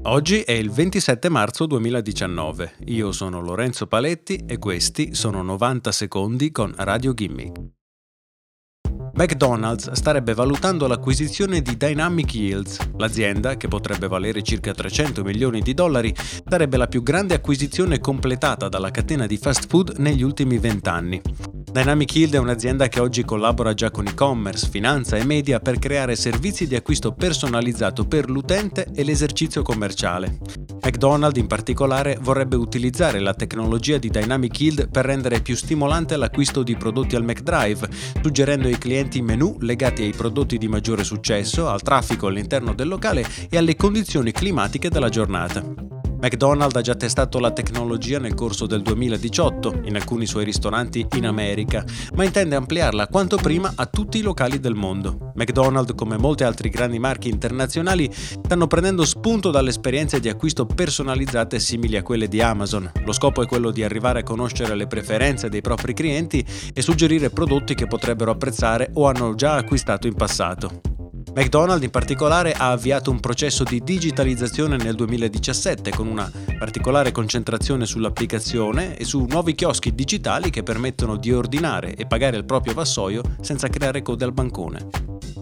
Oggi è il 27 marzo 2019. Io sono Lorenzo Paletti e questi sono 90 secondi con Radio Gimmick. McDonald's starebbe valutando l'acquisizione di Dynamic Yields. L'azienda, che potrebbe valere circa 300 milioni di dollari, sarebbe la più grande acquisizione completata dalla catena di fast food negli ultimi 20 anni. Dynamic Yield è un'azienda che oggi collabora già con e-commerce, finanza e media per creare servizi di acquisto personalizzato per l'utente e l'esercizio commerciale. McDonald's in particolare vorrebbe utilizzare la tecnologia di Dynamic Yield per rendere più stimolante l'acquisto di prodotti al McDrive, suggerendo ai clienti menu legati ai prodotti di maggiore successo, al traffico all'interno del locale e alle condizioni climatiche della giornata. McDonald's ha già testato la tecnologia nel corso del 2018 in alcuni suoi ristoranti in America, ma intende ampliarla quanto prima a tutti i locali del mondo. McDonald's, come molti altri grandi marchi internazionali, stanno prendendo spunto dalle esperienze di acquisto personalizzate simili a quelle di Amazon. Lo scopo è quello di arrivare a conoscere le preferenze dei propri clienti e suggerire prodotti che potrebbero apprezzare o hanno già acquistato in passato. McDonald's in particolare ha avviato un processo di digitalizzazione nel 2017 con una particolare concentrazione sull'applicazione e su nuovi chioschi digitali che permettono di ordinare e pagare il proprio vassoio senza creare code al bancone.